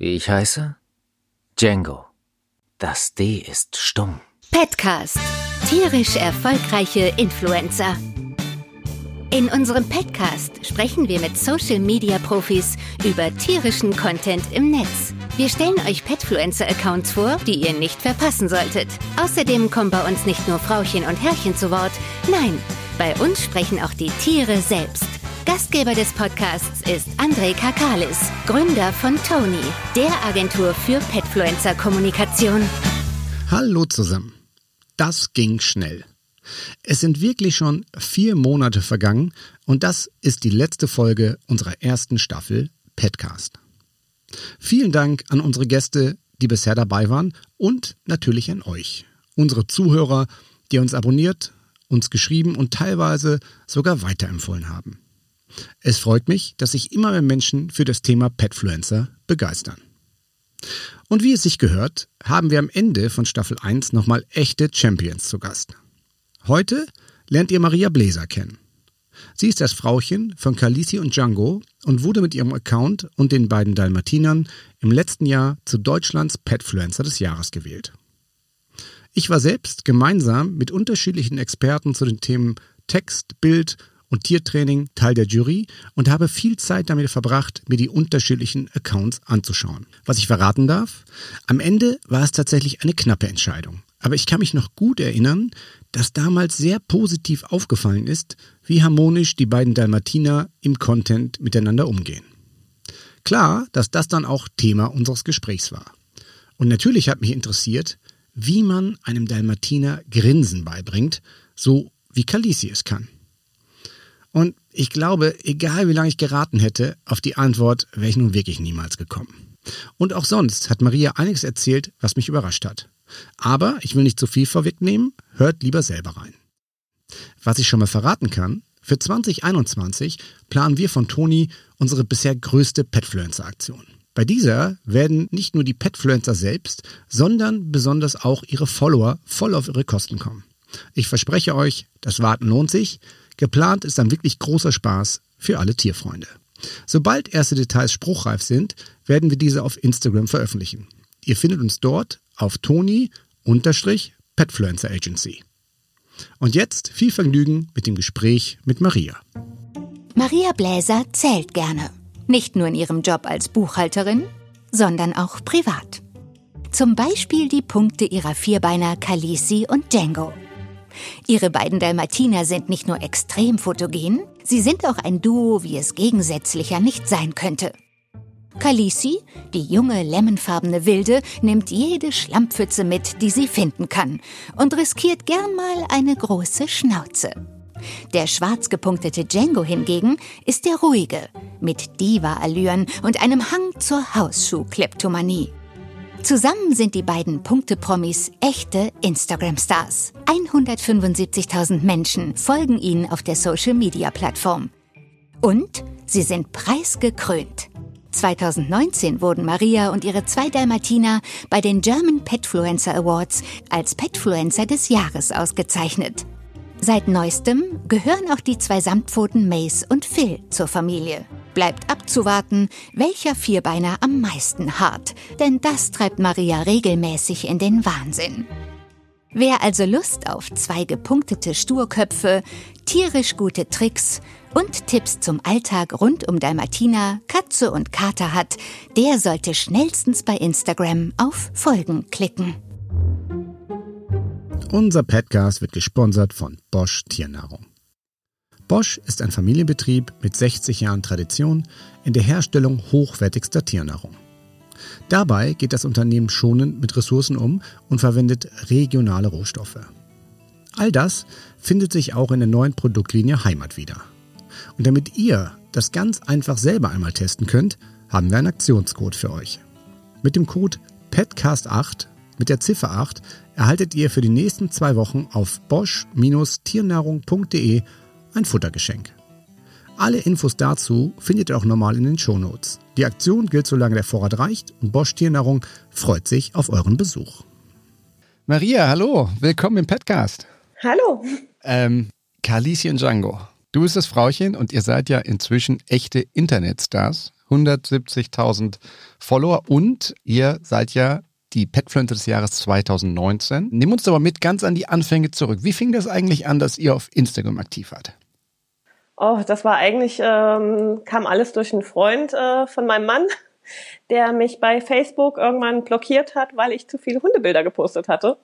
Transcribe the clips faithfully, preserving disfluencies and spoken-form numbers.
Wie ich heiße? Django. Das D ist stumm. Petcast. Tierisch erfolgreiche Influencer. In unserem Petcast sprechen wir mit Social-Media-Profis über tierischen Content im Netz. Wir stellen euch Petfluencer-Accounts vor, die ihr nicht verpassen solltet. Außerdem kommen bei uns nicht nur Frauchen und Herrchen zu Wort. Nein, bei uns sprechen auch die Tiere selbst. Gastgeber des Podcasts ist André Kakalis, Gründer von Tony, der Agentur für Petfluencer-Kommunikation. Hallo zusammen. Das ging schnell. Es sind wirklich schon vier Monate vergangen und das ist die letzte Folge unserer ersten Staffel Petcast. Vielen Dank an unsere Gäste, die bisher dabei waren und natürlich an euch, unsere Zuhörer, die uns abonniert, uns geschrieben und teilweise sogar weiterempfohlen haben. Es freut mich, dass sich immer mehr Menschen für das Thema Petfluencer begeistern. Und wie es sich gehört, haben wir am Ende von Staffel eins nochmal echte Champions zu Gast. Heute lernt ihr Maria Bläser kennen. Sie ist das Frauchen von Khaleesi und Django und wurde mit ihrem Account und den beiden Dalmatinern im letzten Jahr zu Deutschlands Petfluencer des Jahres gewählt. Ich war selbst gemeinsam mit unterschiedlichen Experten zu den Themen Text, Bild und Tiertraining Teil der Jury und habe viel Zeit damit verbracht, mir die unterschiedlichen Accounts anzuschauen. Was ich verraten darf? Am Ende war es tatsächlich eine knappe Entscheidung. Aber ich kann mich noch gut erinnern, dass damals sehr positiv aufgefallen ist, wie harmonisch die beiden Dalmatiner im Content miteinander umgehen. Klar, dass das dann auch Thema unseres Gesprächs war. Und natürlich hat mich interessiert, wie man einem Dalmatiner Grinsen beibringt, so wie Khaleesi es kann. Und ich glaube, egal wie lange ich geraten hätte, auf die Antwort wäre ich nun wirklich niemals gekommen. Und auch sonst hat Maria einiges erzählt, was mich überrascht hat. Aber ich will nicht zu viel vorwegnehmen, hört lieber selber rein. Was ich schon mal verraten kann, für zwanzig einundzwanzig planen wir von Tony unsere bisher größte Petfluencer-Aktion. Bei dieser werden nicht nur die Petfluencer selbst, sondern besonders auch ihre Follower voll auf ihre Kosten kommen. Ich verspreche euch, das Warten lohnt sich. Geplant ist ein wirklich großer Spaß für alle Tierfreunde. Sobald erste Details spruchreif sind, werden wir diese auf Instagram veröffentlichen. Ihr findet uns dort auf Tony-Petfluencer Agency. Und jetzt viel Vergnügen mit dem Gespräch mit Maria. Maria Bläser zählt gerne. Nicht nur in ihrem Job als Buchhalterin, sondern auch privat. Zum Beispiel die Punkte ihrer Vierbeiner Khaleesi und Django. Ihre beiden Dalmatiner sind nicht nur extrem fotogen, sie sind auch ein Duo, wie es gegensätzlicher nicht sein könnte. Khaleesi, die junge, lemonfarbene Wilde, nimmt jede Schlammpfütze mit, die sie finden kann und riskiert gern mal eine große Schnauze. Der schwarz gepunktete Django hingegen ist der ruhige, mit Diva-Allüren und einem Hang zur Hausschuh-Kleptomanie. Zusammen sind die beiden Punkte-Promis echte Instagram-Stars. hundertfünfundsiebzigtausend Menschen folgen ihnen auf der Social-Media-Plattform. Und sie sind preisgekrönt. zweitausendneunzehn wurden Maria und ihre zwei Dalmatiner bei den German Petfluencer Awards als Petfluencer des Jahres ausgezeichnet. Seit neuestem gehören auch die zwei Samtpfoten Mace und Phil zur Familie. Bleibt abzuwarten, welcher Vierbeiner am meisten harrt, denn das treibt Maria regelmäßig in den Wahnsinn. Wer also Lust auf zwei gepunktete Sturköpfe, tierisch gute Tricks und Tipps zum Alltag rund um Dalmatiner, Katze und Kater hat, der sollte schnellstens bei Instagram auf Folgen klicken. Unser Petcast wird gesponsert von Bosch Tiernahrung. Bosch ist ein Familienbetrieb mit sechzig Jahren Tradition in der Herstellung hochwertigster Tiernahrung. Dabei geht das Unternehmen schonend mit Ressourcen um und verwendet regionale Rohstoffe. All das findet sich auch in der neuen Produktlinie Heimat wieder. Und damit ihr das ganz einfach selber einmal testen könnt, haben wir einen Aktionscode für euch. Mit dem Code Petcast acht mit der Ziffer acht erhaltet ihr für die nächsten zwei Wochen auf bosch Tiernahrung punkt de ein Futtergeschenk. Alle Infos dazu findet ihr auch normal in den Shownotes. Die Aktion gilt, solange der Vorrat reicht, und Bosch Tiernahrung freut sich auf euren Besuch. Maria, hallo, willkommen im Petcast. Hallo. Ähm, Khaleesi und Django, du bist das Frauchen und ihr seid ja inzwischen echte Internetstars. hundertsiebzigtausend Follower und ihr seid ja die Petfluencer des Jahres zwanzig neunzehn. Nimm uns aber mit ganz an die Anfänge zurück. Wie fing das eigentlich an, dass ihr auf Instagram aktiv wart? Oh, das war eigentlich, ähm, kam alles durch einen Freund äh, von meinem Mann, der mich bei Facebook irgendwann blockiert hat, weil ich zu viele Hundebilder gepostet hatte.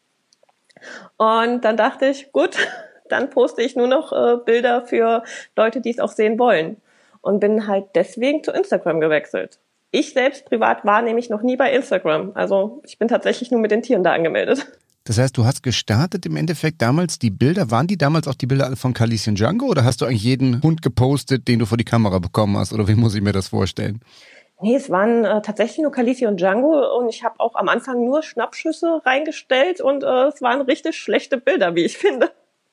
Und dann dachte ich, gut, dann poste ich nur noch äh, Bilder für Leute, die es auch sehen wollen. Und bin halt deswegen zu Instagram gewechselt. Ich selbst privat war nämlich noch nie bei Instagram. Also ich bin tatsächlich nur mit den Tieren da angemeldet. Das heißt, du hast gestartet im Endeffekt damals die Bilder. Waren die damals auch die Bilder alle von Khaleesi und Django? Oder hast du eigentlich jeden Hund gepostet, den du vor die Kamera bekommen hast? Oder wie muss ich mir das vorstellen? Nee, es waren äh, tatsächlich nur Khaleesi und Django. Und ich habe auch am Anfang nur Schnappschüsse reingestellt. Und äh, es waren richtig schlechte Bilder, wie ich finde.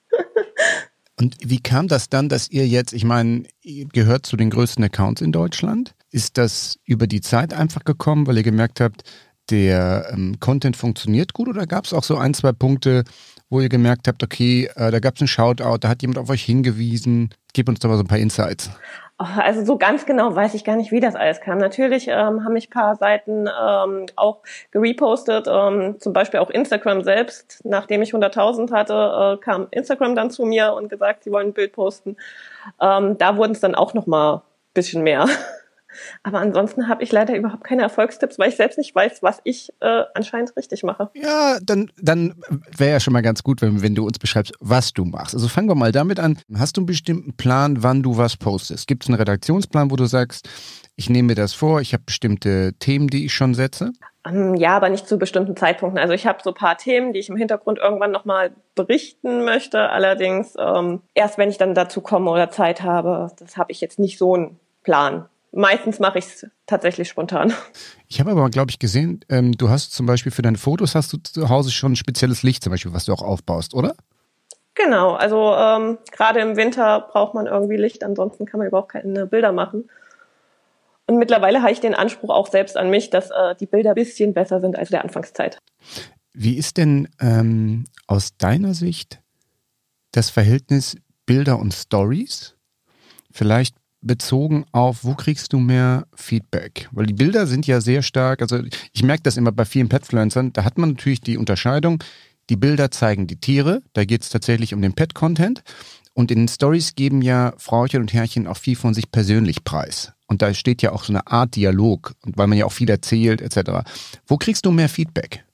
Und wie kam das dann, dass ihr jetzt, ich meine, ihr gehört zu den größten Accounts in Deutschland? Ist das über die Zeit einfach gekommen, weil ihr gemerkt habt, der ähm, Content funktioniert gut, oder gab es auch so ein, zwei Punkte, wo ihr gemerkt habt, okay, äh, da gab es einen Shoutout, da hat jemand auf euch hingewiesen? Gib uns doch mal so ein paar Insights. Also so ganz genau weiß ich gar nicht, wie das alles kam. Natürlich ähm, haben mich ein paar Seiten ähm, auch gerepostet, ähm, zum Beispiel auch Instagram selbst. Nachdem ich hunderttausend hatte, äh, kam Instagram dann zu mir und gesagt, sie wollen ein Bild posten. Ähm, da wurden es dann auch noch mal ein bisschen mehr. Aber ansonsten habe ich leider überhaupt keine Erfolgstipps, weil ich selbst nicht weiß, was ich äh, anscheinend richtig mache. Ja, dann, dann wäre ja schon mal ganz gut, wenn, wenn du uns beschreibst, was du machst. Also fangen wir mal damit an. Hast du einen bestimmten Plan, wann du was postest? Gibt es einen Redaktionsplan, wo du sagst, ich nehme mir das vor, ich habe bestimmte Themen, die ich schon setze? Um, ja, aber nicht zu bestimmten Zeitpunkten. Also ich habe so ein paar Themen, die ich im Hintergrund irgendwann nochmal berichten möchte. Allerdings ähm, erst, wenn ich dann dazu komme oder Zeit habe. Das habe ich jetzt nicht so einen Plan. Meistens mache ich es tatsächlich spontan. Ich habe aber, glaube ich, gesehen, ähm, du hast zum Beispiel für deine Fotos hast du zu Hause schon ein spezielles Licht zum Beispiel, was du auch aufbaust, oder? Genau, also ähm, gerade im Winter braucht man irgendwie Licht, ansonsten kann man überhaupt keine Bilder machen. Und mittlerweile habe ich den Anspruch auch selbst an mich, dass äh, die Bilder ein bisschen besser sind als in der Anfangszeit. Wie ist denn ähm, aus deiner Sicht das Verhältnis Bilder und Stories? Vielleicht bezogen auf, wo kriegst du mehr Feedback? Weil die Bilder sind ja sehr stark, also ich merke das immer bei vielen Petfluencern, da hat man natürlich die Unterscheidung, die Bilder zeigen die Tiere, da geht es tatsächlich um den Pet-Content, und in den Stories geben ja Frauchen und Herrchen auch viel von sich persönlich preis. Und da steht ja auch so eine Art Dialog, und weil man ja auch viel erzählt et cetera. Wo kriegst du mehr Feedback?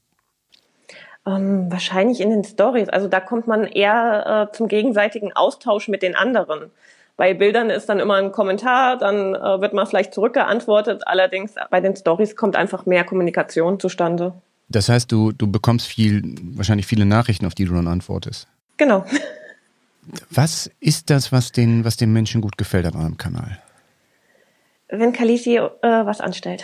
Ähm, wahrscheinlich in den Stories, also da kommt man eher äh, zum gegenseitigen Austausch mit den anderen. Bei Bildern ist dann immer ein Kommentar, dann äh, wird man vielleicht zurückgeantwortet. Allerdings bei den Stories kommt einfach mehr Kommunikation zustande. Das heißt, du, du bekommst viel, wahrscheinlich viele Nachrichten, auf die du dann antwortest. Genau. Was ist das, was den, was den Menschen gut gefällt an eurem Kanal? Wenn Khaleesi äh, was anstellt.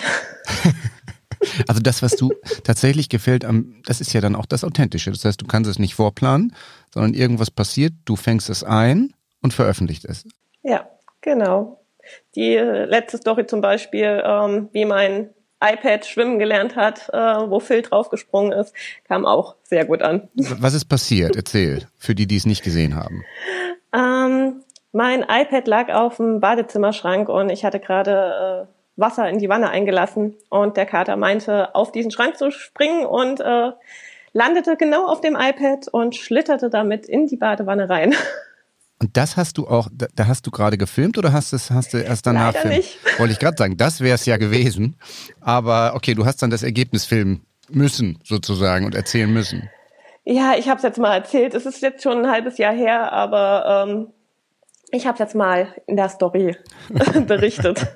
Also das, was du tatsächlich gefällt, am, das ist ja dann auch das Authentische. Das heißt, du kannst es nicht vorplanen, sondern irgendwas passiert, du fängst es ein und veröffentlicht es. Ja, genau. Die letzte Story zum Beispiel, ähm, wie mein iPad schwimmen gelernt hat, äh, wo Phil draufgesprungen ist, kam auch sehr gut an. Was ist passiert? Erzähl, für die, die es nicht gesehen haben. Ähm, mein iPad lag auf dem Badezimmerschrank und ich hatte gerade äh, Wasser in die Wanne eingelassen und der Kater meinte, auf diesen Schrank zu springen und äh, landete genau auf dem iPad und schlitterte damit in die Badewanne rein. Und das hast du auch, da, da hast du gerade gefilmt oder hast, es, hast du erst danach Leider filmen? nicht. Wollte ich gerade sagen, das wäre es ja gewesen. Aber okay, du hast dann das Ergebnis filmen müssen sozusagen und erzählen müssen. Ja, ich habe es jetzt mal erzählt. Es ist jetzt schon ein halbes Jahr her, aber ähm, ich habe es jetzt mal in der Story berichtet.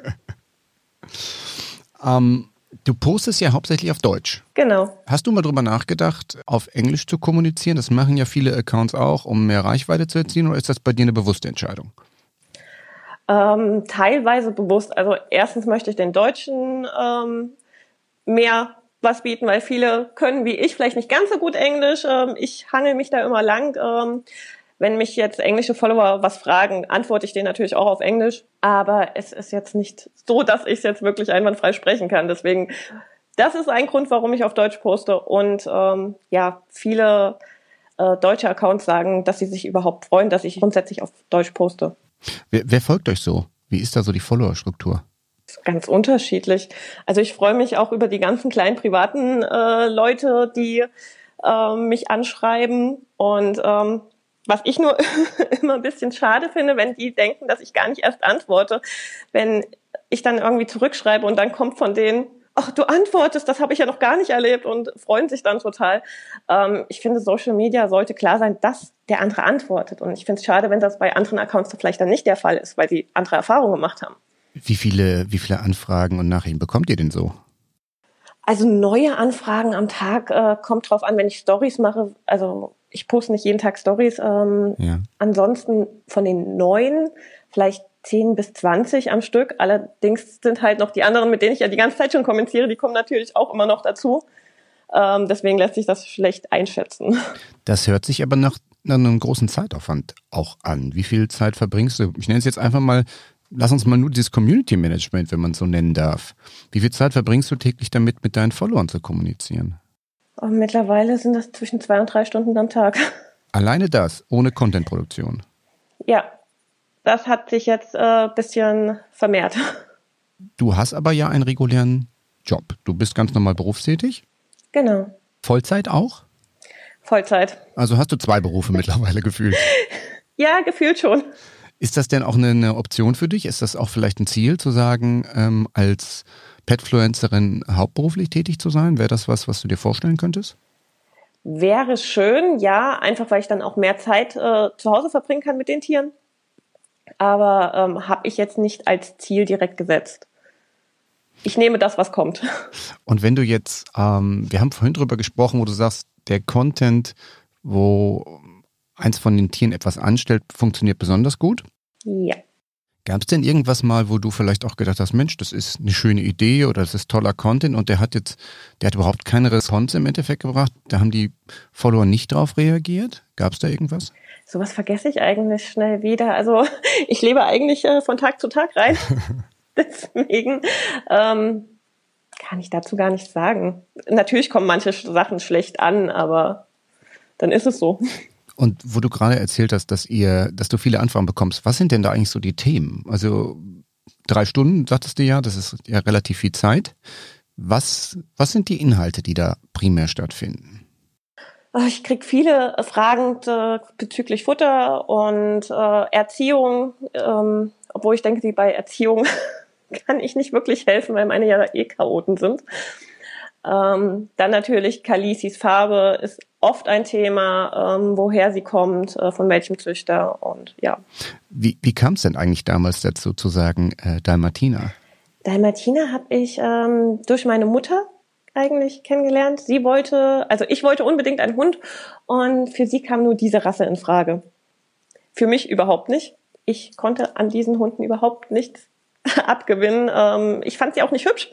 ähm, du postest ja hauptsächlich auf Deutsch. Genau. Hast du mal drüber nachgedacht, auf Englisch zu kommunizieren? Das machen ja viele Accounts auch, um mehr Reichweite zu erzielen, oder ist das bei dir eine bewusste Entscheidung? Ähm, teilweise bewusst. Also erstens möchte ich den Deutschen ähm, mehr was bieten, weil viele können wie ich vielleicht nicht ganz so gut Englisch. Ähm, ich hangel mich da immer lang. Ähm, wenn mich jetzt englische Follower was fragen, antworte ich denen natürlich auch auf Englisch. Aber es ist jetzt nicht so, dass ich es jetzt wirklich einwandfrei sprechen kann. Deswegen, das ist ein Grund, warum ich auf Deutsch poste. Und ähm, ja, viele äh, deutsche Accounts sagen, dass sie sich überhaupt freuen, dass ich grundsätzlich auf Deutsch poste. Wer, wer folgt euch so? Wie ist da so die Follower-Struktur? Ganz unterschiedlich. Also ich freue mich auch über die ganzen kleinen privaten äh, Leute, die äh, mich anschreiben. Und ähm, was ich nur immer ein bisschen schade finde, wenn die denken, dass ich gar nicht erst antworte. Wenn ich dann irgendwie zurückschreibe und dann kommt von denen, ach, du antwortest, das habe ich ja noch gar nicht erlebt und freuen sich dann total. Ähm, ich finde, Social Media sollte klar sein, dass der andere antwortet. Und ich finde es schade, wenn das bei anderen Accounts vielleicht dann nicht der Fall ist, weil sie andere Erfahrungen gemacht haben. Wie viele, wie viele Anfragen und Nachrichten bekommt ihr denn so? Also neue Anfragen am Tag äh, kommt drauf an, wenn ich Stories mache. Also ich poste nicht jeden Tag Stories. Ähm, ja. Ansonsten von den neuen vielleicht zehn bis zwanzig am Stück. Allerdings sind halt noch die anderen, mit denen ich ja die ganze Zeit schon kommuniziere, die kommen natürlich auch immer noch dazu. Ähm, deswegen lässt sich das schlecht einschätzen. Das hört sich aber nach, nach einem großen Zeitaufwand auch an. Wie viel Zeit verbringst du? Ich nenne es jetzt einfach mal, lass uns mal nur dieses Community Management, wenn man es so nennen darf. Wie viel Zeit verbringst du täglich damit, mit deinen Followern zu kommunizieren? Und mittlerweile sind das zwischen zwei und drei Stunden am Tag. Alleine das, ohne Contentproduktion? Ja, das hat sich jetzt ein äh, bisschen vermehrt. Du hast aber ja einen regulären Job. Du bist ganz normal berufstätig? Genau. Vollzeit auch? Vollzeit. Also hast du zwei Berufe mittlerweile gefühlt? Ja, gefühlt schon. Ist das denn auch eine, eine Option für dich? Ist das auch vielleicht ein Ziel, zu sagen, ähm, als Petfluencerin hauptberuflich tätig zu sein? Wäre das was, was du dir vorstellen könntest? Wäre schön, ja. Einfach, weil ich dann auch mehr Zeit äh, zu Hause verbringen kann mit den Tieren. Aber ähm, habe ich jetzt nicht als Ziel direkt gesetzt. Ich nehme das, was kommt. Und wenn du jetzt, ähm, wir haben vorhin drüber gesprochen, wo du sagst, der Content, wo eins von den Tieren etwas anstellt, funktioniert besonders gut? Ja. Gab es denn irgendwas mal, wo du vielleicht auch gedacht hast, Mensch, das ist eine schöne Idee oder das ist toller Content und der hat jetzt, der hat überhaupt keine Response im Endeffekt gebracht, da haben die Follower nicht drauf reagiert? Gab es da irgendwas? Sowas vergesse ich eigentlich schnell wieder. Also ich lebe eigentlich äh, von Tag zu Tag rein. Deswegen ähm, kann ich dazu gar nichts sagen. Natürlich kommen manche Sachen schlecht an, aber dann ist es so. Und wo du gerade erzählt hast, dass ihr, dass du viele Anfragen bekommst, was sind denn da eigentlich so die Themen? Also drei Stunden, sagtest du ja, das ist ja relativ viel Zeit. Was, was sind die Inhalte, die da primär stattfinden? Ich kriege viele Fragen äh, bezüglich Futter und äh, Erziehung, ähm, obwohl ich denke, die bei Erziehung kann ich nicht wirklich helfen, weil meine ja eh Chaoten sind. Ähm, dann natürlich Khaleesis Farbe ist oft ein Thema, ähm, woher sie kommt, äh, von welchem Züchter und ja. Wie, wie kam es denn eigentlich damals dazu zu sagen, äh, Dalmatiner? Dalmatiner habe ich ähm, durch meine Mutter eigentlich kennengelernt. Sie wollte, also ich wollte unbedingt einen Hund und für sie kam nur diese Rasse in Frage. Für mich überhaupt nicht. Ich konnte an diesen Hunden überhaupt nichts abgewinnen. Ähm, ich fand sie auch nicht hübsch.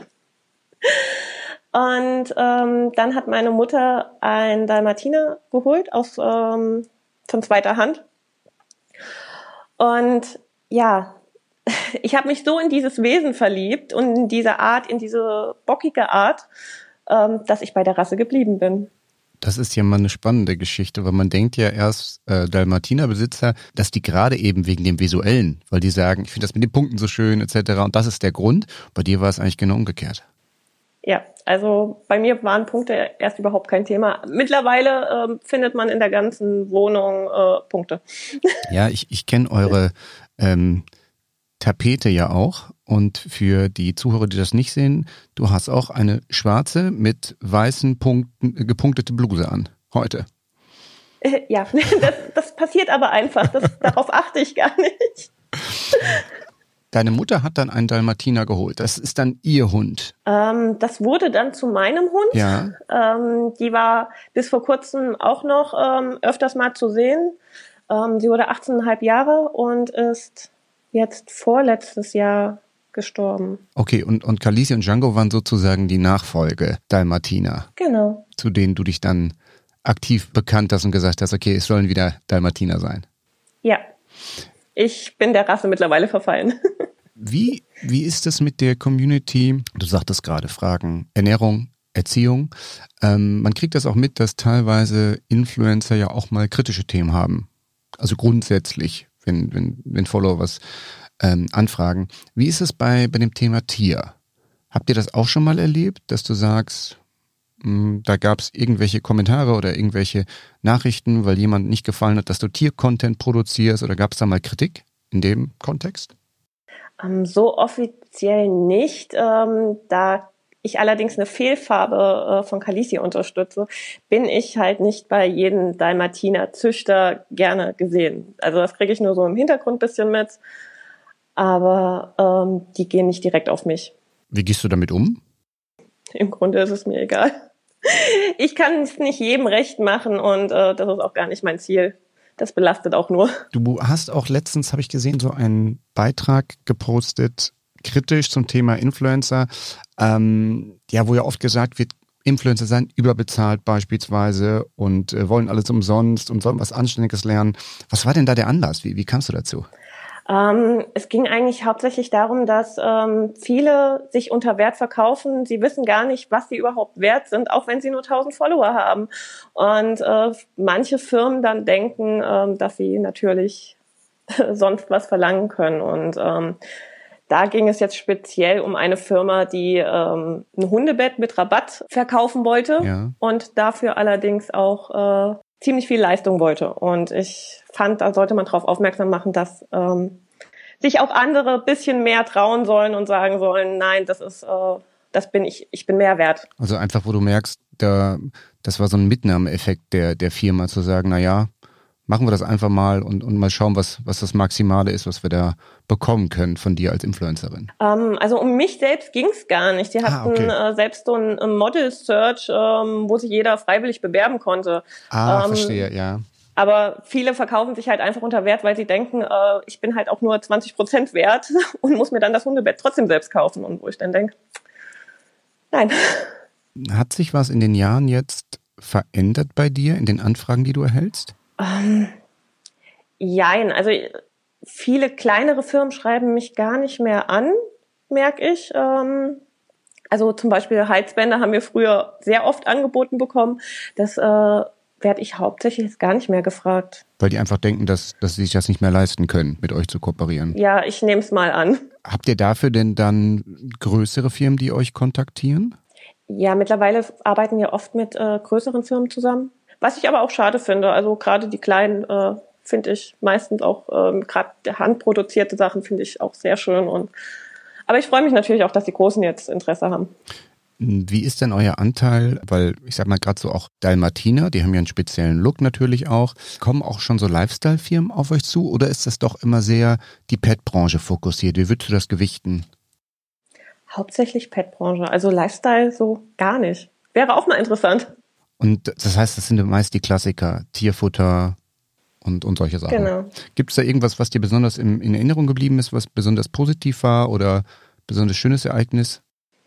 Und ähm, dann hat meine Mutter einen Dalmatiner geholt aus ähm, von zweiter Hand. Und ja, ich habe mich so in dieses Wesen verliebt und in diese Art, in diese bockige Art, ähm, dass ich bei der Rasse geblieben bin. Das ist ja mal eine spannende Geschichte, weil man denkt ja erst, äh, Dalmatiner-Besitzer, dass die gerade eben wegen dem Visuellen, weil die sagen, ich finde das mit den Punkten so schön et cetera und das ist der Grund. Bei dir war es eigentlich genau umgekehrt. Ja, also bei mir waren Punkte erst überhaupt kein Thema. Mittlerweile ähm, findet man in der ganzen Wohnung äh, Punkte. Ja, ich, ich kenne eure ähm, Tapete ja auch und für die Zuhörer, die das nicht sehen, du hast auch eine schwarze mit weißen Punkten gepunktete Bluse an, heute. Äh, ja, das, das passiert aber einfach, das, darauf achte ich gar nicht. Deine Mutter hat dann einen Dalmatiner geholt. Das ist dann ihr Hund. Ähm, das wurde dann zu meinem Hund. Ja. Ähm, die war bis vor kurzem auch noch ähm, öfters mal zu sehen. Ähm, sie wurde achtzehneinhalb Jahre und ist jetzt vorletztes Jahr gestorben. Okay, und, und Khaleesi und Django waren sozusagen die Nachfolge Dalmatiner. Genau. Zu denen du dich dann aktiv bekannt hast und gesagt hast, okay, es sollen wieder Dalmatiner sein. Ja. Ich bin der Rasse mittlerweile verfallen. Wie, wie ist das mit der Community? Du sagtest gerade Fragen, Ernährung, Erziehung. Ähm, man kriegt das auch mit, dass teilweise Influencer ja auch mal kritische Themen haben. Also grundsätzlich, wenn, wenn, wenn Follower was ähm, Anfragen. Wie ist es bei, bei dem Thema Tier? Habt ihr das auch schon mal erlebt, dass du sagst, mh, da gab es irgendwelche Kommentare oder irgendwelche Nachrichten, weil jemand nicht gefallen hat, dass du Tier-Content produzierst, oder gab es da mal Kritik in dem Kontext? Ähm, so offiziell nicht. Ähm, da ich allerdings eine Fehlfarbe äh, von Kalisi unterstütze, bin ich halt nicht bei jedem Dalmatiner-Züchter gerne gesehen. Also das kriege ich nur so im Hintergrund ein bisschen mit, aber ähm, die gehen nicht direkt auf mich. Wie gehst du damit um? Im Grunde ist es mir egal. Ich kann es nicht jedem recht machen und äh, das ist auch gar nicht mein Ziel. Das belastet auch nur. Du hast auch letztens, habe ich gesehen, so einen Beitrag gepostet, kritisch zum Thema Influencer, ähm, ja, wo ja oft gesagt wird, Influencer seien überbezahlt beispielsweise und äh, wollen alles umsonst und sollen was Anständiges lernen. Was war denn da der Anlass? Wie, wie kamst du dazu? Ähm, es ging eigentlich hauptsächlich darum, dass ähm, viele sich unter Wert verkaufen. Sie wissen gar nicht, was sie überhaupt wert sind, auch wenn sie nur tausend Follower haben. Und äh, manche Firmen dann denken, ähm, dass sie natürlich sonst was verlangen können. Und ähm, da ging es jetzt speziell um eine Firma, die ähm, ein Hundebett mit Rabatt verkaufen wollte, ja, und dafür allerdings auch äh, ziemlich viel Leistung wollte. Und ich fand, da sollte man darauf aufmerksam machen, dass ähm, sich auch andere ein bisschen mehr trauen sollen und sagen sollen, nein, das ist, äh, das bin ich, ich bin mehr wert. Also einfach, wo du merkst, da, das war so ein Mitnahmeeffekt der, der Firma, zu sagen, na ja, machen wir das einfach mal und, und mal schauen, was, was das Maximale ist, was wir da bekommen können von dir als Influencerin. Ähm, also um mich selbst ging es gar nicht. Die hatten ah, okay. äh, selbst so ein Model-Search, ähm, wo sich jeder freiwillig bewerben konnte. Ah, ähm, verstehe, ja. Aber viele verkaufen sich halt einfach unter Wert, weil sie denken, äh, ich bin halt auch nur zwanzig Prozent wert und muss mir dann das Hundebett trotzdem selbst kaufen. Und wo ich dann denke, nein. Hat sich was in den Jahren jetzt verändert bei dir, in den Anfragen, die du erhältst? Ähm, jein, also viele kleinere Firmen schreiben mich gar nicht mehr an, merke ich. Ähm, also zum Beispiel Halsbänder haben wir früher sehr oft angeboten bekommen. Das äh, werde ich hauptsächlich jetzt gar nicht mehr gefragt. Weil die einfach denken, dass, dass sie sich das nicht mehr leisten können, mit euch zu kooperieren. Ja, ich nehme es mal an. Habt ihr dafür denn dann größere Firmen, die euch kontaktieren? Ja, mittlerweile arbeiten wir oft mit äh, größeren Firmen zusammen. Was ich aber auch schade finde. Also gerade die kleinen äh, finde ich meistens auch, ähm, gerade handproduzierte Sachen finde ich auch sehr schön. Und aber ich freue mich natürlich auch, dass die Großen jetzt Interesse haben. Wie ist denn euer Anteil? Weil ich sag mal gerade so auch Dalmatiner, die haben ja einen speziellen Look natürlich auch. Kommen auch schon so Lifestyle-Firmen auf euch zu oder ist das doch immer sehr die Pet-Branche fokussiert? Wie würdest du das gewichten? Hauptsächlich Pet-Branche, also Lifestyle so gar nicht. Wäre auch mal interessant. Und das heißt, das sind meist die Klassiker, Tierfutter und, und solche Sachen. Genau. Gibt es da irgendwas, was dir besonders in, in Erinnerung geblieben ist, was besonders positiv war oder besonders schönes Ereignis?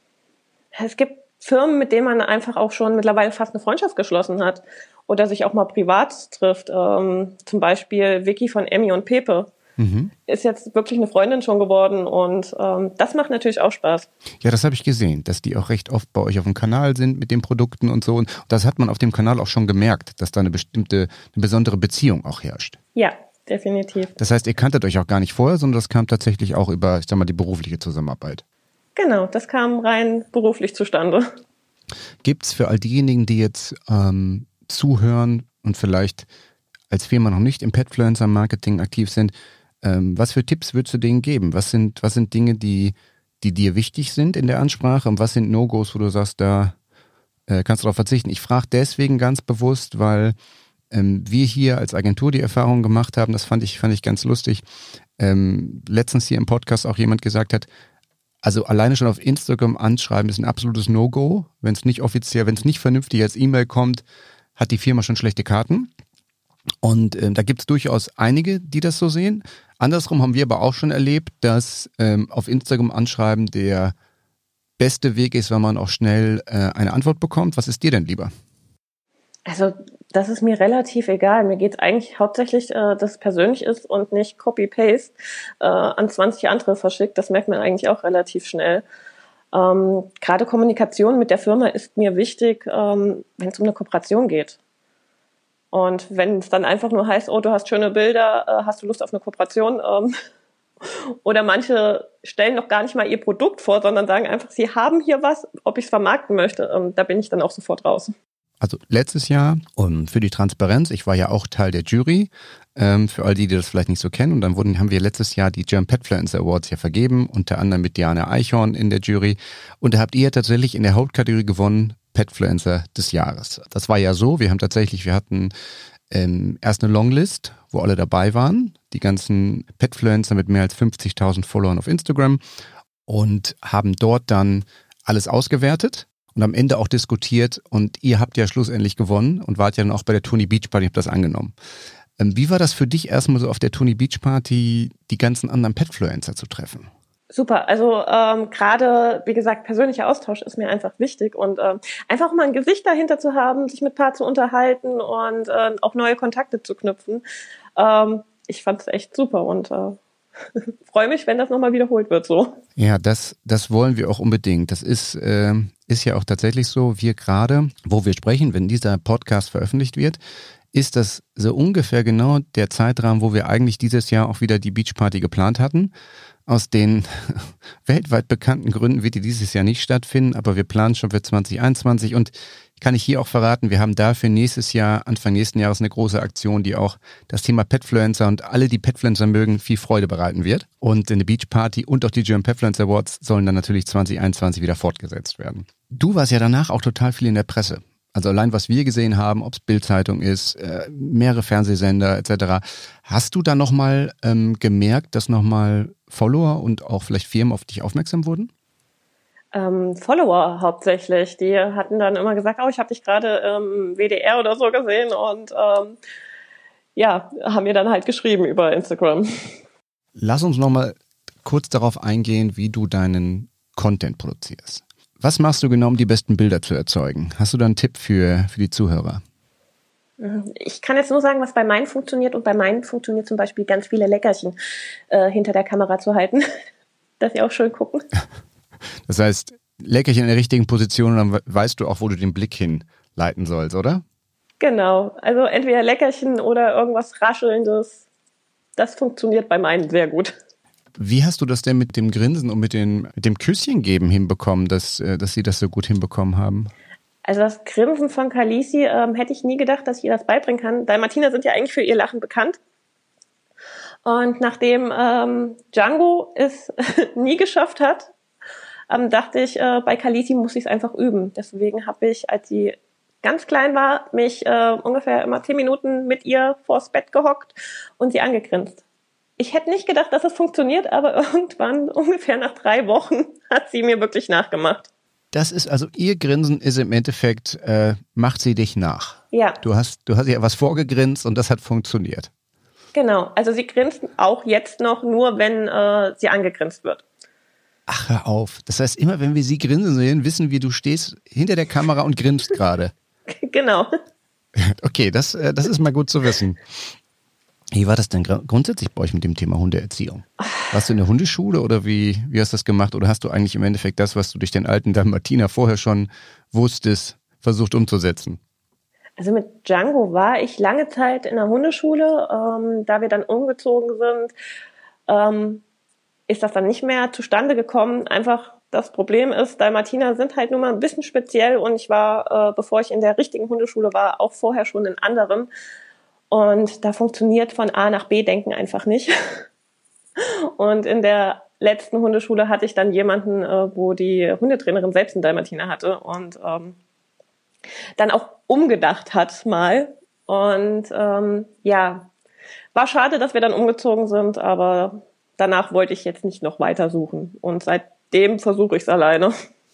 Es gibt Firmen, mit denen man einfach auch schon mittlerweile fast eine Freundschaft geschlossen hat oder sich auch mal privat trifft. Ähm, zum Beispiel Vicky von Emmy und Pepe. Mhm. Ist jetzt wirklich eine Freundin schon geworden und ähm, das macht natürlich auch Spaß. Ja, das habe ich gesehen, dass die auch recht oft bei euch auf dem Kanal sind mit den Produkten und so. Und das hat man auf dem Kanal auch schon gemerkt, dass da eine bestimmte, eine besondere Beziehung auch herrscht. Ja, definitiv. Das heißt, ihr kanntet euch auch gar nicht vorher, sondern das kam tatsächlich auch über, ich sag mal, die berufliche Zusammenarbeit. Genau, das kam rein beruflich zustande. Gibt es für all diejenigen, die jetzt ähm, zuhören und vielleicht als Firma noch nicht im Petfluencer-Marketing aktiv sind, Ähm, was für Tipps würdest du denen geben? Was sind, was sind Dinge, die, die dir wichtig sind in der Ansprache und was sind No-Gos, wo du sagst, da äh, kannst du darauf verzichten? Ich frage deswegen ganz bewusst, weil ähm, wir hier als Agentur die Erfahrung gemacht haben, das fand ich, fand ich ganz lustig, ähm, letztens hier im Podcast auch jemand gesagt hat, also alleine schon auf Instagram anschreiben ist ein absolutes No-Go. Wenn es nicht offiziell, wenn es nicht vernünftig als E-Mail kommt, hat die Firma schon schlechte Karten. Und ähm, da gibt es durchaus einige, die das so sehen. Andersrum haben wir aber auch schon erlebt, dass ähm, auf Instagram anschreiben der beste Weg ist, wenn man auch schnell äh, eine Antwort bekommt. Was ist dir denn lieber? Also das ist mir relativ egal. Mir geht es eigentlich hauptsächlich, äh, dass es persönlich ist und nicht Copy-Paste äh, an zwanzig andere verschickt. Das merkt man eigentlich auch relativ schnell. Ähm, gerade Kommunikation mit der Firma ist mir wichtig, ähm, wenn es um eine Kooperation geht. Und wenn es dann einfach nur heißt, oh, du hast schöne Bilder, äh, hast du Lust auf eine Kooperation, ähm, Oder manche stellen noch gar nicht mal ihr Produkt vor, sondern sagen einfach, sie haben hier was, ob ich es vermarkten möchte. Und da bin ich dann auch sofort raus. Also letztes Jahr, um, für die Transparenz, ich war ja auch Teil der Jury, ähm, für all die, die das vielleicht nicht so kennen. Und dann wurden, haben wir letztes Jahr die German Petfluencer Awards ja vergeben, unter anderem mit Diana Eichhorn in der Jury. Und da habt ihr tatsächlich in der Hauptkategorie gewonnen, Petfluencer des Jahres. Das war ja so, wir haben tatsächlich, wir hatten ähm, erst eine Longlist, wo alle dabei waren, die ganzen Petfluencer mit mehr als fünfzigtausend Followern auf Instagram und haben dort dann alles ausgewertet. Und am Ende auch diskutiert und ihr habt ja schlussendlich gewonnen und wart ja dann auch bei der Tony Beach Party, habt das angenommen. Ähm, wie war das für dich erstmal so auf der Tony Beach Party, die ganzen anderen Petfluencer zu treffen? Super, also ähm, gerade, wie gesagt, persönlicher Austausch ist mir einfach wichtig und ähm, einfach mal ein Gesicht dahinter zu haben, sich mit ein paar zu unterhalten und äh, auch neue Kontakte zu knüpfen. Ähm, ich fand es echt super und äh, freue mich, wenn das nochmal wiederholt wird so. Ja, das, das wollen wir auch unbedingt. Das ist, äh, ist ja auch tatsächlich so, wir gerade, wo wir sprechen, wenn dieser Podcast veröffentlicht wird, ist das so ungefähr genau der Zeitrahmen, wo wir eigentlich dieses Jahr auch wieder die Beachparty geplant hatten. Aus den weltweit bekannten Gründen wird die dieses Jahr nicht stattfinden, aber wir planen schon für zwanzig einundzwanzig und kann ich hier auch verraten, wir haben dafür nächstes Jahr, Anfang nächsten Jahres eine große Aktion, die auch das Thema Petfluencer und alle, die Petfluencer mögen, viel Freude bereiten wird. Und eine Beachparty und auch die German Petfluencer Awards sollen dann natürlich zwanzig einundzwanzig wieder fortgesetzt werden. Du warst ja danach auch total viel in der Presse. Also allein, was wir gesehen haben, ob es Bild-Zeitung ist, äh, mehrere Fernsehsender et cetera. Hast du da nochmal ähm, gemerkt, dass nochmal Follower und auch vielleicht Firmen auf dich aufmerksam wurden? Ähm, Follower hauptsächlich. Die hatten dann immer gesagt, oh, ich habe dich gerade im W D R oder so gesehen und ähm, ja, haben mir dann halt geschrieben über Instagram. Lass uns nochmal kurz darauf eingehen, wie du deinen Content produzierst. Was machst du genau, um die besten Bilder zu erzeugen? Hast du da einen Tipp für, für die Zuhörer? Ich kann jetzt nur sagen, was bei meinen funktioniert und bei meinen funktioniert zum Beispiel ganz viele Leckerchen äh, hinter der Kamera zu halten, dass sie auch schön gucken. Das heißt, Leckerchen in der richtigen Position und dann weißt du auch, wo du den Blick hinleiten sollst, oder? Genau, also entweder Leckerchen oder irgendwas Raschelndes. Das funktioniert bei meinen sehr gut. Wie hast du das denn mit dem Grinsen und mit, den, mit dem Küsschen geben hinbekommen, dass, dass sie das so gut hinbekommen haben? Also das Grinsen von Khaleesi ähm, hätte ich nie gedacht, dass ich ihr das beibringen kann. Dalmatiner sind ja eigentlich für ihr Lachen bekannt. Und nachdem ähm, Django es nie geschafft hat, ähm, dachte ich, äh, bei Khaleesi muss ich es einfach üben. Deswegen habe ich, als sie ganz klein war, mich äh, ungefähr immer zehn Minuten mit ihr vors Bett gehockt und sie angegrinst. Ich hätte nicht gedacht, dass es funktioniert, aber irgendwann, ungefähr nach drei Wochen, hat sie mir wirklich nachgemacht. Das ist also, ihr Grinsen ist im Endeffekt, äh, macht sie dich nach. Ja. Du hast, du hast ihr was vorgegrinst und das hat funktioniert. Genau, also sie grinst auch jetzt noch nur, wenn äh, sie angegrinst wird. Ach, hör auf. Das heißt, immer wenn wir sie grinsen sehen, wissen wir, du stehst hinter der Kamera und grinst gerade. Genau. Okay, das, äh, das ist mal gut zu wissen. Wie war das denn grundsätzlich bei euch mit dem Thema Hundeerziehung? Warst du in der Hundeschule oder wie, wie hast du das gemacht? Oder hast du eigentlich im Endeffekt das, was du durch den alten Dalmatiner vorher schon wusstest, versucht umzusetzen? Also mit Django war ich lange Zeit in der Hundeschule. Ähm, da wir dann umgezogen sind, ähm, ist das dann nicht mehr zustande gekommen. Einfach das Problem ist, Dalmatiner sind halt nun mal ein bisschen speziell und ich war, äh, bevor ich in der richtigen Hundeschule war, auch vorher schon in anderen. Und da funktioniert von A nach B denken einfach nicht. Und in der letzten Hundeschule hatte ich dann jemanden, äh, wo die Hundetrainerin selbst einen Dalmatiner hatte und ähm, dann auch umgedacht hat mal. Und ähm, ja, war schade, dass wir dann umgezogen sind, aber danach wollte ich jetzt nicht noch weiter suchen. Und seitdem versuche ich es alleine.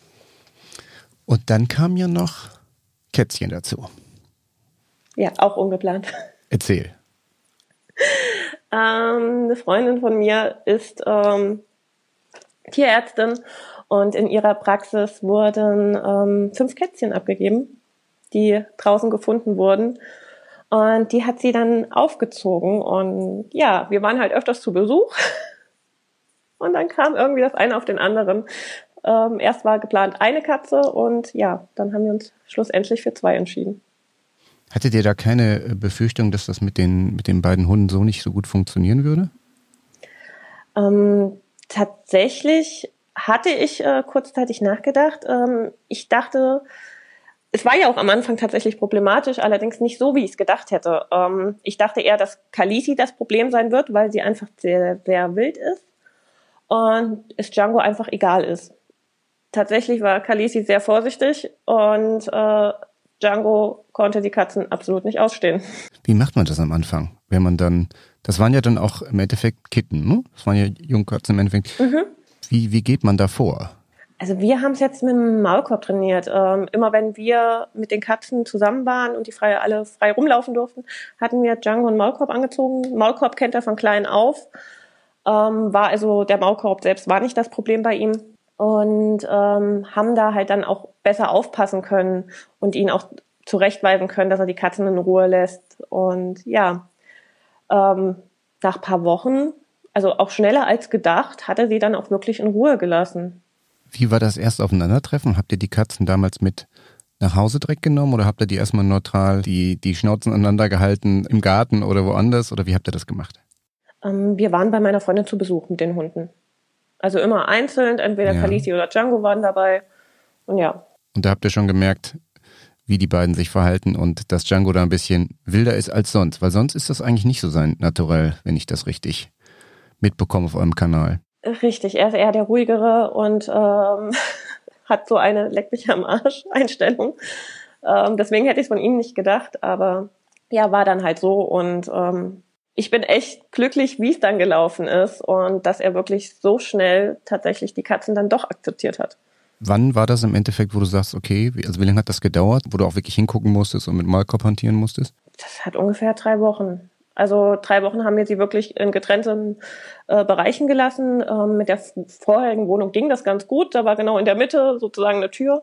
Und dann kam ja noch Kätzchen dazu. Ja, auch ungeplant. Erzähl. Ähm, eine Freundin von mir ist ähm, Tierärztin und in ihrer Praxis wurden ähm, fünf Kätzchen abgegeben, die draußen gefunden wurden. Und die hat sie dann aufgezogen. Und ja, wir waren halt öfters zu Besuch. Und dann kam irgendwie das eine auf den anderen. Ähm, erst war geplant eine Katze und ja, dann haben wir uns schlussendlich für zwei entschieden. Hattet ihr da keine Befürchtung, dass das mit den, mit den beiden Hunden so nicht so gut funktionieren würde? Ähm, tatsächlich hatte ich äh, kurzzeitig nachgedacht. Ähm, ich dachte, es war ja auch am Anfang tatsächlich problematisch, allerdings nicht so, wie ich es gedacht hätte. Ähm, ich dachte eher, dass Khaleesi das Problem sein wird, weil sie einfach sehr, sehr wild ist und es Django einfach egal ist. Tatsächlich war Khaleesi sehr vorsichtig und äh, Django konnte die Katzen absolut nicht ausstehen. Wie macht man das am Anfang, wenn man dann, das waren ja dann auch im Endeffekt Kitten, ne? Das waren ja Jungkatzen im Endeffekt. Mhm. Wie, wie geht man da vor? Also wir haben es jetzt mit dem Maulkorb trainiert. Ähm, immer wenn wir mit den Katzen zusammen waren und die frei, alle frei rumlaufen durften, hatten wir Django einen Maulkorb angezogen. Maulkorb kennt er von klein auf. Ähm, war also der Maulkorb selbst war nicht das Problem bei ihm. Und ähm, haben da halt dann auch besser aufpassen können und ihn auch zurechtweisen können, dass er die Katzen in Ruhe lässt. Und ja, ähm, nach ein paar Wochen, also auch schneller als gedacht, hat er sie dann auch wirklich in Ruhe gelassen. Wie war das erste Aufeinandertreffen? Habt ihr die Katzen damals mit nach Hause direkt genommen oder habt ihr die erstmal neutral, die, die Schnauzen aneinander gehalten im Garten oder woanders? Oder wie habt ihr das gemacht? Ähm, wir waren bei meiner Freundin zu Besuch mit den Hunden. Also immer einzeln, entweder ja. Khaleesi oder Django waren dabei. Und ja. Und da habt ihr schon gemerkt, wie die beiden sich verhalten und dass Django da ein bisschen wilder ist als sonst. Weil sonst ist das eigentlich nicht so sein Naturell, wenn ich das richtig mitbekomme auf eurem Kanal. Richtig, er ist eher der ruhigere und ähm, hat so eine Leck mich am Arsch Einstellung. Ähm, deswegen hätte ich es von ihm nicht gedacht, aber ja, war dann halt so und ähm, ich bin echt glücklich, wie es dann gelaufen ist und dass er wirklich so schnell tatsächlich die Katzen dann doch akzeptiert hat. Wann war das im Endeffekt, wo du sagst, okay, also wie lange hat das gedauert, wo du auch wirklich hingucken musstest und mit Maulkorb hantieren musstest? Das hat ungefähr drei Wochen. Also drei Wochen haben wir sie wirklich in getrennten äh, Bereichen gelassen. Ähm, mit der vorherigen Wohnung ging das ganz gut. Da war genau in der Mitte sozusagen eine Tür.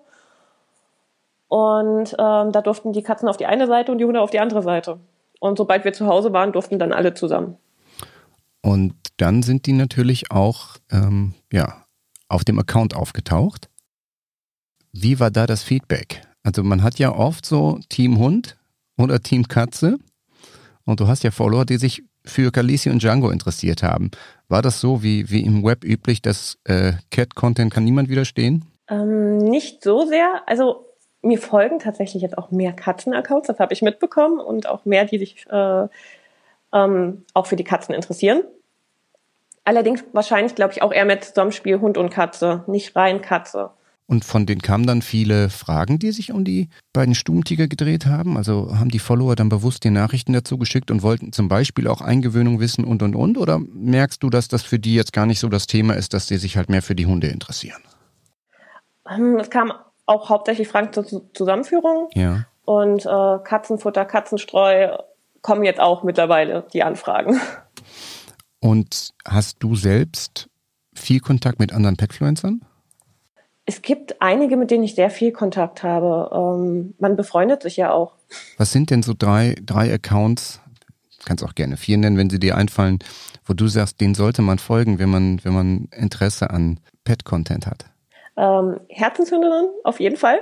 Und ähm, da durften die Katzen auf die eine Seite und die Hunde auf die andere Seite. Und sobald wir zu Hause waren, durften dann alle zusammen. Und dann sind die natürlich auch ähm, ja, auf dem Account aufgetaucht. Wie war da das Feedback? Also man hat ja oft so Team Hund oder Team Katze. Und du hast ja Follower, die sich für Khaleesi und Django interessiert haben. War das so wie, wie im Web üblich, dass äh, Cat-Content kann niemand widerstehen? Ähm, nicht so sehr. Also mir folgen tatsächlich jetzt auch mehr Katzen-Accounts, das habe ich mitbekommen. Und auch mehr, die sich äh, ähm, auch für die Katzen interessieren. Allerdings wahrscheinlich, glaube ich, auch eher mit Zusammenspiel Hund und Katze, nicht rein Katze. Und von denen kamen dann viele Fragen, die sich um die beiden Stubentiger gedreht haben? Also haben die Follower dann bewusst die Nachrichten dazu geschickt und wollten zum Beispiel auch Eingewöhnung wissen und, und, und? Oder merkst du, dass das für die jetzt gar nicht so das Thema ist, dass die sich halt mehr für die Hunde interessieren? Es kamen auch hauptsächlich Fragen zur Zusammenführung. Ja. Und äh, Katzenfutter, Katzenstreu kommen jetzt auch mittlerweile die Anfragen. Und hast du selbst viel Kontakt mit anderen Petfluencern? Es gibt einige, mit denen ich sehr viel Kontakt habe. Ähm, man befreundet sich ja auch. Was sind denn so drei, drei Accounts, kannst auch gerne vier nennen, wenn sie dir einfallen, wo du sagst, denen sollte man folgen, wenn man, wenn man Interesse an Pet-Content hat? Ähm, Herzenshündinnen, auf jeden Fall.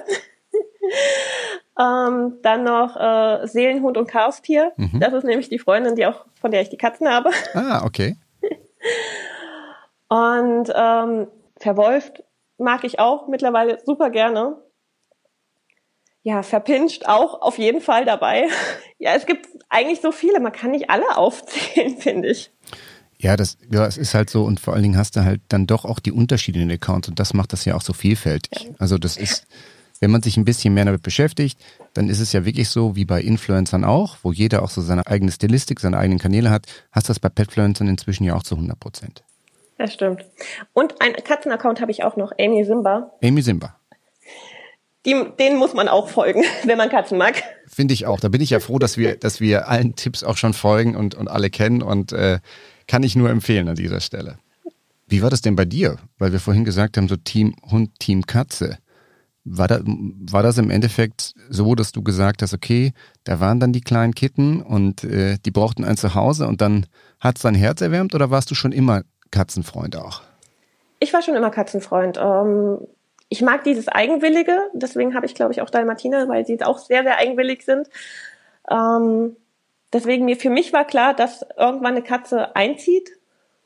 ähm, dann noch äh, Seelenhund und Chaostier. Mhm. Das ist nämlich die Freundin, die auch, von der ich die Katzen habe. Ah, okay. Und ähm, Verwolft mag ich auch mittlerweile super gerne. Ja, Verpinscht auch auf jeden Fall dabei. Ja, es gibt eigentlich so viele, man kann nicht alle aufzählen, finde ich. Ja, das, ja, es ist halt so und vor allen Dingen hast du halt dann doch auch die Unterschiede in den Accounts und das macht das ja auch so vielfältig. Ja. Also das ist, wenn man sich ein bisschen mehr damit beschäftigt, dann ist es ja wirklich so wie bei Influencern auch, wo jeder auch so seine eigene Stilistik, seine eigenen Kanäle hat, hast du das bei Petfluencern inzwischen ja auch zu hundert Prozent. Das stimmt. Und einen Katzenaccount habe ich auch noch, Amy Simba. Amy Simba. Die, denen muss man auch folgen, wenn man Katzen mag. Finde ich auch. Da bin ich ja froh, dass wir, dass wir allen Tipps auch schon folgen und, und alle kennen und äh, kann ich nur empfehlen an dieser Stelle. Wie war das denn bei dir? Weil wir vorhin gesagt haben, so Team Hund, Team Katze. War, da, war das im Endeffekt so, dass du gesagt hast, okay, da waren dann die kleinen Kitten und äh, die brauchten ein Zuhause und dann hat es dein Herz erwärmt oder warst du schon immer Katzenfreund auch? Ich war schon immer Katzenfreund. Ähm, ich mag dieses Eigenwillige, deswegen habe ich, glaube ich, auch Dalmatiner, weil sie auch sehr, sehr eigenwillig sind. Ähm, deswegen, mir, für mich war klar, dass irgendwann eine Katze einzieht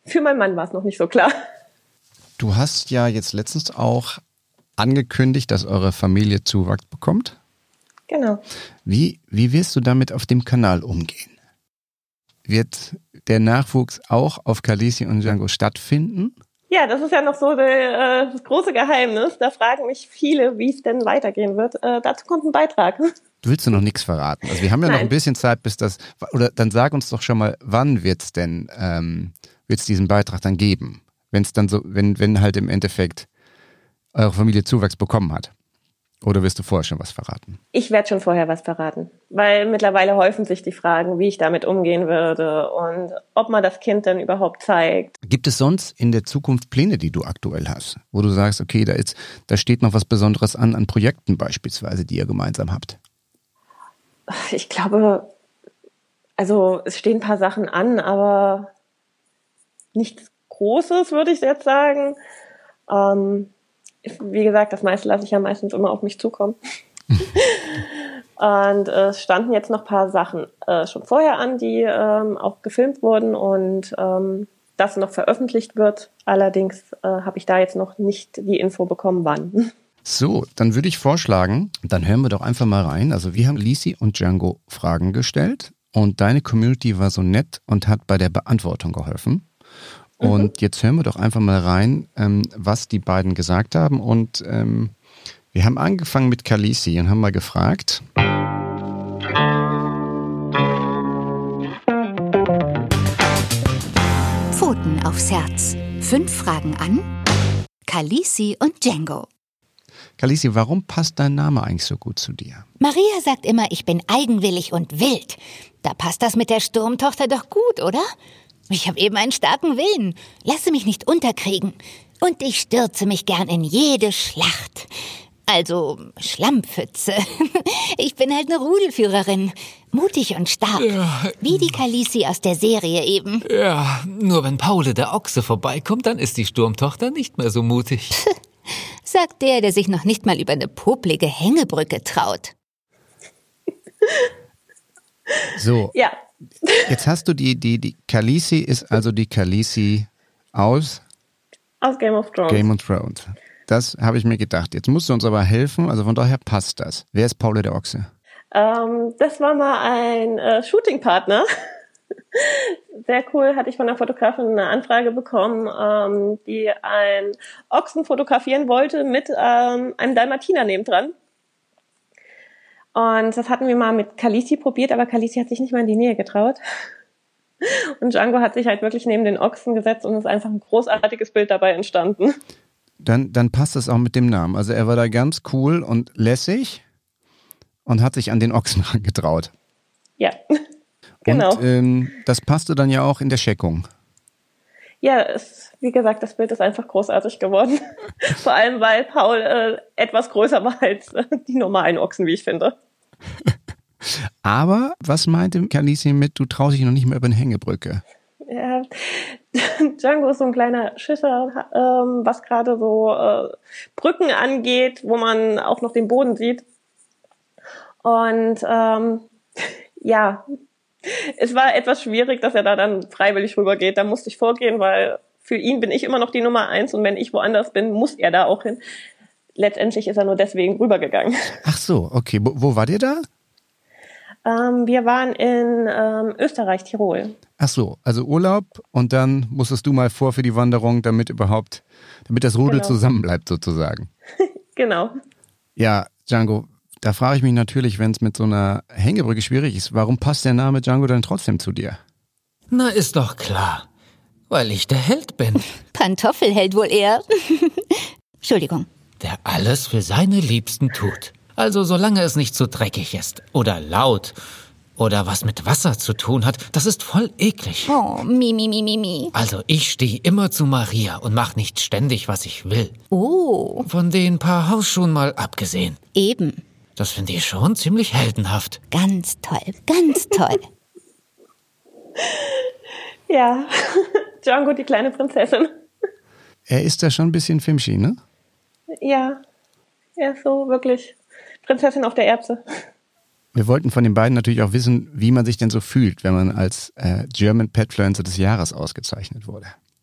für meinen Mann war es noch nicht so klar. Du hast ja jetzt letztens auch angekündigt, dass eure Familie Zuwachs bekommt. Genau. Wie, wie wirst du damit auf dem Kanal umgehen? Wird der Nachwuchs auch auf Khaleesi und Django stattfinden? Ja, das ist ja noch so der, äh, das große Geheimnis. Da fragen mich viele, wie es denn weitergehen wird. Äh, dazu kommt ein Beitrag. Du willst du noch nichts verraten? Also wir haben ja Nein. noch ein bisschen Zeit, bis das, oder dann sag uns doch schon mal, wann wird's denn, ähm, wird's diesen Beitrag dann geben? Wenn es dann so, wenn, wenn halt im Endeffekt eure Familie Zuwachs bekommen hat. Oder wirst du vorher schon was verraten? Ich werde schon vorher was verraten, weil mittlerweile häufen sich die Fragen, wie ich damit umgehen würde und ob man das Kind dann überhaupt zeigt. Gibt es sonst in der Zukunft Pläne, die du aktuell hast, wo du sagst, okay, da ist, da steht noch was Besonderes an, an Projekten beispielsweise, die ihr gemeinsam habt? Ich glaube, also es stehen ein paar Sachen an, aber nichts Großes, würde ich jetzt sagen. Ähm, Wie gesagt, das meiste lasse ich ja meistens immer auf mich zukommen. Und äh, es standen jetzt noch ein paar Sachen äh, schon vorher an, die ähm, auch gefilmt wurden und ähm, das noch veröffentlicht wird. Allerdings äh, habe ich da jetzt noch nicht die Info bekommen, wann. So, dann würde ich vorschlagen, dann hören wir doch einfach mal rein. Also wir haben Khaleesi und Django Fragen gestellt und deine Community war so nett und hat bei der Beantwortung geholfen. Und jetzt hören wir doch einfach mal rein, ähm, was die beiden gesagt haben. Und ähm, wir haben angefangen mit Khaleesi und haben mal gefragt. Pfoten aufs Herz. Fünf Fragen an Khaleesi und Django. Khaleesi, warum passt dein Name eigentlich so gut zu dir? Maria sagt immer, ich bin eigenwillig und wild. Da passt das mit der Sturmtochter doch gut, oder? Ich habe eben einen starken Willen. Lasse mich nicht unterkriegen. Und ich stürze mich gern in jede Schlacht. Also Schlammpfütze. Ich bin halt eine Rudelführerin. Mutig und stark. Ja. Wie die Khaleesi aus der Serie eben. Ja, nur wenn Paule der Ochse vorbeikommt, dann ist die Sturmtochter nicht mehr so mutig. Sagt der, der sich noch nicht mal über eine poplige Hängebrücke traut. So. Ja. Jetzt hast du die, die, die Khaleesi ist also die Khaleesi aus Aus Game of Thrones. Game of Thrones. Das habe ich mir gedacht. Jetzt musst du uns aber helfen, also von daher passt das. Wer ist Paule der Ochse? Ähm, das war mal ein äh, Shootingpartner. Sehr cool, hatte ich von der Fotografin eine Anfrage bekommen, ähm, die einen Ochsen fotografieren wollte mit ähm, einem Dalmatiner nebendran. Und das hatten wir mal mit Khaleesi probiert, aber Khaleesi hat sich nicht mal in die Nähe getraut. Und Django hat sich halt wirklich neben den Ochsen gesetzt und es ist einfach ein großartiges Bild dabei entstanden. Dann, dann passt es auch mit dem Namen. Also er war da ganz cool und lässig und hat sich an den Ochsen rangetraut. Ja, genau. Und ähm, das passte dann ja auch in der Scheckung. Ja, es, wie gesagt, das Bild ist einfach großartig geworden. Vor allem, weil Paul äh, etwas größer war als äh, die normalen Ochsen, wie ich finde. Aber was meinte Khaleesi mit, du traust dich noch nicht mehr über eine Hängebrücke? Ja, Django ist so ein kleiner Schisser, ähm, was gerade so äh, Brücken angeht, wo man auch noch den Boden sieht. Und ähm, ja, es war etwas schwierig, dass er da dann freiwillig rübergeht. Da musste ich vorgehen, weil für ihn bin ich immer noch die Nummer eins und wenn ich woanders bin, muss er da auch hin. Letztendlich ist er nur deswegen rübergegangen. Ach so, okay. Wo, wo wart ihr da? Ähm, wir waren in ähm, Österreich, Tirol. Ach so, also Urlaub und dann musstest du mal vor für die Wanderung, damit überhaupt, damit das Rudel Genau. zusammenbleibt sozusagen. Genau. Ja, Django, da frage ich mich natürlich, wenn es mit so einer Hängebrücke schwierig ist, warum passt der Name Django dann trotzdem zu dir? Na, ist doch klar. Weil ich der Held bin, Pantoffelheld wohl eher. Entschuldigung. der alles für seine Liebsten tut. Also solange es nicht zu dreckig ist oder laut oder was mit Wasser zu tun hat, das ist voll eklig. Oh, mi, mi, mi, mi, mi. Also ich stehe immer zu Maria und mach nicht ständig, was ich will. Oh, Von den paar Hausschuhen mal abgesehen. eben. Das finde ich schon ziemlich heldenhaft. Ganz toll, ganz toll. Ja, Django, die kleine Prinzessin. Er ist da schon ein bisschen Fimschi, ne? Ja, er ist so wirklich Prinzessin auf der Erbse. Wir wollten von den beiden natürlich auch wissen, wie man sich denn so fühlt, wenn man als äh, German Petfluencer des Jahres ausgezeichnet wurde.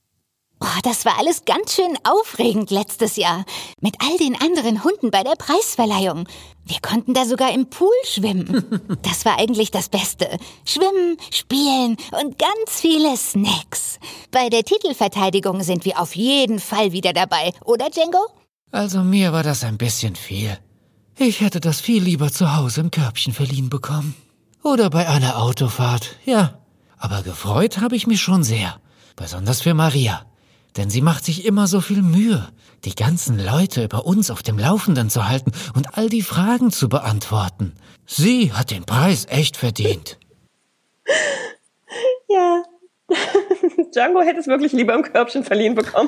Oh, das war alles ganz schön aufregend letztes Jahr. Mit all den anderen Hunden bei der Preisverleihung. Wir konnten da sogar im Pool schwimmen. Das war eigentlich das Beste. Schwimmen, spielen und ganz viele Snacks. Bei der Titelverteidigung sind wir auf jeden Fall wieder dabei, oder Django? Also mir war das ein bisschen viel. Ich hätte das viel lieber zu Hause im Körbchen verliehen bekommen. Oder bei einer Autofahrt, ja. Aber gefreut habe ich mich schon sehr. Besonders für Maria. Denn sie macht sich immer so viel Mühe, die ganzen Leute über uns auf dem Laufenden zu halten und all die Fragen zu beantworten. Sie hat den Preis echt verdient. Ja, Django hätte es wirklich lieber im Körbchen verliehen bekommen.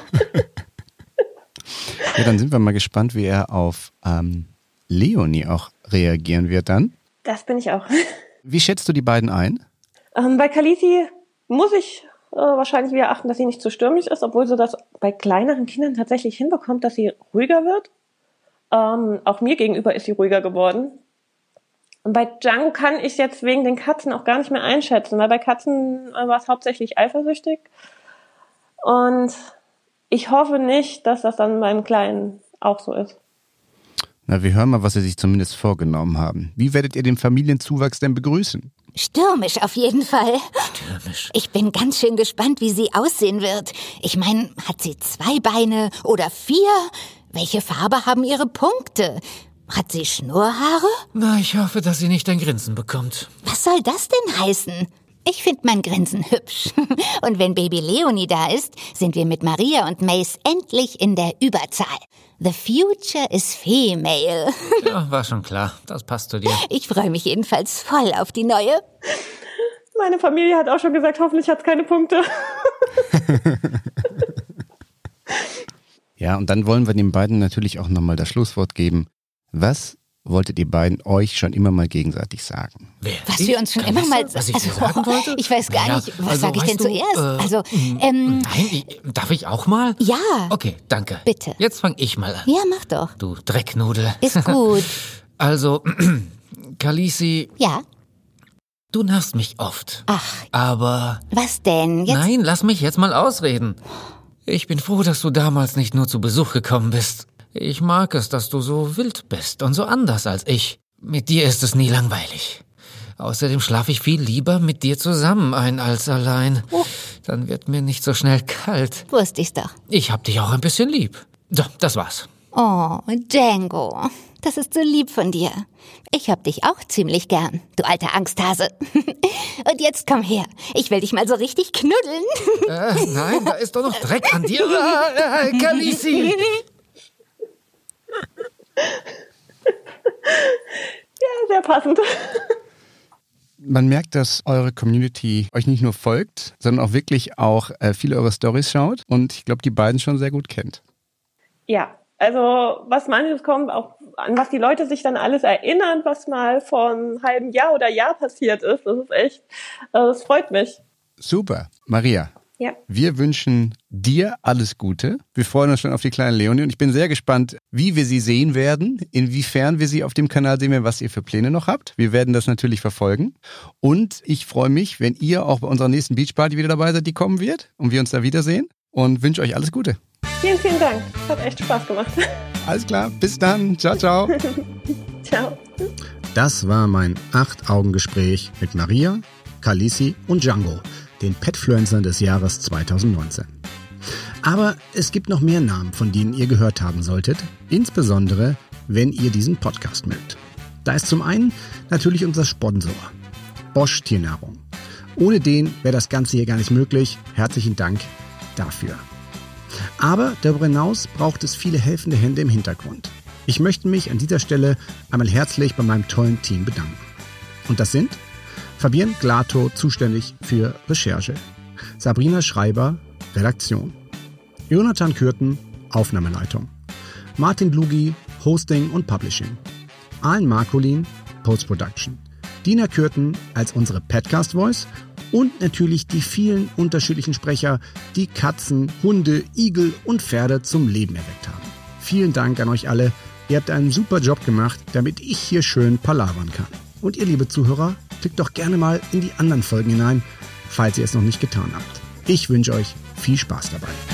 Ja, dann sind wir mal gespannt, wie er auf ähm, Leonie auch reagieren wird dann. Das bin ich auch. Wie schätzt du die beiden ein? Ähm, bei Khaleesi muss ich äh, wahrscheinlich wieder achten, dass sie nicht zu stürmisch ist, obwohl sie das bei kleineren Kindern tatsächlich hinbekommt, dass sie ruhiger wird. Ähm, auch mir gegenüber ist sie ruhiger geworden. Und bei Django kann ich jetzt wegen den Katzen auch gar nicht mehr einschätzen, weil bei Katzen äh, war es hauptsächlich eifersüchtig. Und ich hoffe nicht, dass das dann beim Kleinen auch so ist. Na, wir hören mal, was Sie sich zumindest vorgenommen haben. Wie werdet ihr den Familienzuwachs denn begrüßen? Stürmisch auf jeden Fall. Stürmisch. Ich bin ganz schön gespannt, wie sie aussehen wird. Ich meine, hat sie zwei Beine oder vier? Welche Farbe haben ihre Punkte? Hat sie Schnurrhaare? Na, ich hoffe, dass sie nicht ein Grinsen bekommt. Was soll das denn heißen? Ich finde mein Grinsen hübsch. Und wenn Baby Leonie da ist, sind wir mit Maria und Mace endlich in der Überzahl. The future is female. Ja, war schon klar. Das passt zu dir. Ich freue mich jedenfalls voll auf die neue. Meine Familie hat auch schon gesagt, hoffentlich hat es keine Punkte. Ja, und dann wollen wir den beiden natürlich auch nochmal das Schlusswort geben. Was wolltet ihr beiden euch schon immer mal gegenseitig sagen? Wer? Was Ich? wir uns schon Kalissa? immer mal... Was ich also, dir sagen wollte? Ich weiß gar Naja, nicht, was also, sage ich denn weißt du, zuerst? äh, also, ähm... Nein, ich, darf ich auch mal? Ja. Okay, danke. Bitte. Jetzt fang ich mal an. Ja, mach doch. Du Drecknudel. Ist gut. Also, Khaleesi, Ja? du nervst mich oft. Ach, Aber... was denn? Jetzt... Nein, lass mich jetzt mal ausreden. Ich bin froh, dass du damals nicht nur zu Besuch gekommen bist. Ich mag es, dass du so wild bist und so anders als ich. Mit dir ist es nie langweilig. Außerdem schlafe ich viel lieber mit dir zusammen ein als allein. Oh. Dann wird mir nicht so schnell kalt. Wusste ich's doch. Ich hab dich auch ein bisschen lieb. So, das war's. Oh, Django. Das ist so lieb von dir. Ich hab dich auch ziemlich gern, du alter Angsthase. Und jetzt komm her. Ich will dich mal so richtig knuddeln. Äh, nein, da ist doch noch Dreck an dir. Ah, äh, Khaleesi. Ja, sehr passend. Man merkt, dass eure Community euch nicht nur folgt, sondern auch wirklich auch äh, viele eure Storys schaut und ich glaube, die beiden schon sehr gut kennt. Ja, also was manches kommt, auch an was die Leute sich dann alles erinnern, was mal vor einem halben Jahr oder Jahr passiert ist, das ist echt, äh, das freut mich. Super. Maria, Ja. wir wünschen dir alles Gute. Wir freuen uns schon auf die kleine Leonie und ich bin sehr gespannt, wie wir sie sehen werden, inwiefern wir sie auf dem Kanal sehen werden, was ihr für Pläne noch habt. Wir werden das natürlich verfolgen und ich freue mich, wenn ihr auch bei unserer nächsten Beachparty wieder dabei seid, die kommen wird und wir uns da wiedersehen und wünsche euch alles Gute. Vielen, vielen Dank. Hat echt Spaß gemacht. Alles klar, bis dann. Ciao, ciao. Ciao. Das war mein Acht-Augen-Gespräch mit Maria, Khaleesi und Django, den Petfluencern des Jahres zweitausendneunzehn. Aber es gibt noch mehr Namen, von denen ihr gehört haben solltet, insbesondere wenn ihr diesen Podcast mögt. Da ist zum einen natürlich unser Sponsor, Bosch Tiernahrung. Ohne den wäre das Ganze hier gar nicht möglich. Herzlichen Dank dafür. Aber darüber hinaus braucht es viele helfende Hände im Hintergrund. Ich möchte mich an dieser Stelle einmal herzlich bei meinem tollen Team bedanken. Und das sind Fabienne Glato, zuständig für Recherche, Sabrina Schreiber, Redaktion, Jonathan Kürten, Aufnahmeleitung, Martin Blugi, Hosting und Publishing, Alan Markolin, Post-Production, Dina Kürten als unsere Podcast-Voice und natürlich die vielen unterschiedlichen Sprecher, die Katzen, Hunde, Igel und Pferde zum Leben erweckt haben. Vielen Dank an euch alle. Ihr habt einen super Job gemacht, damit ich hier schön palavern kann. Und ihr, liebe Zuhörer, klickt doch gerne mal in die anderen Folgen hinein, falls ihr es noch nicht getan habt. Ich wünsche euch viel Spaß dabei.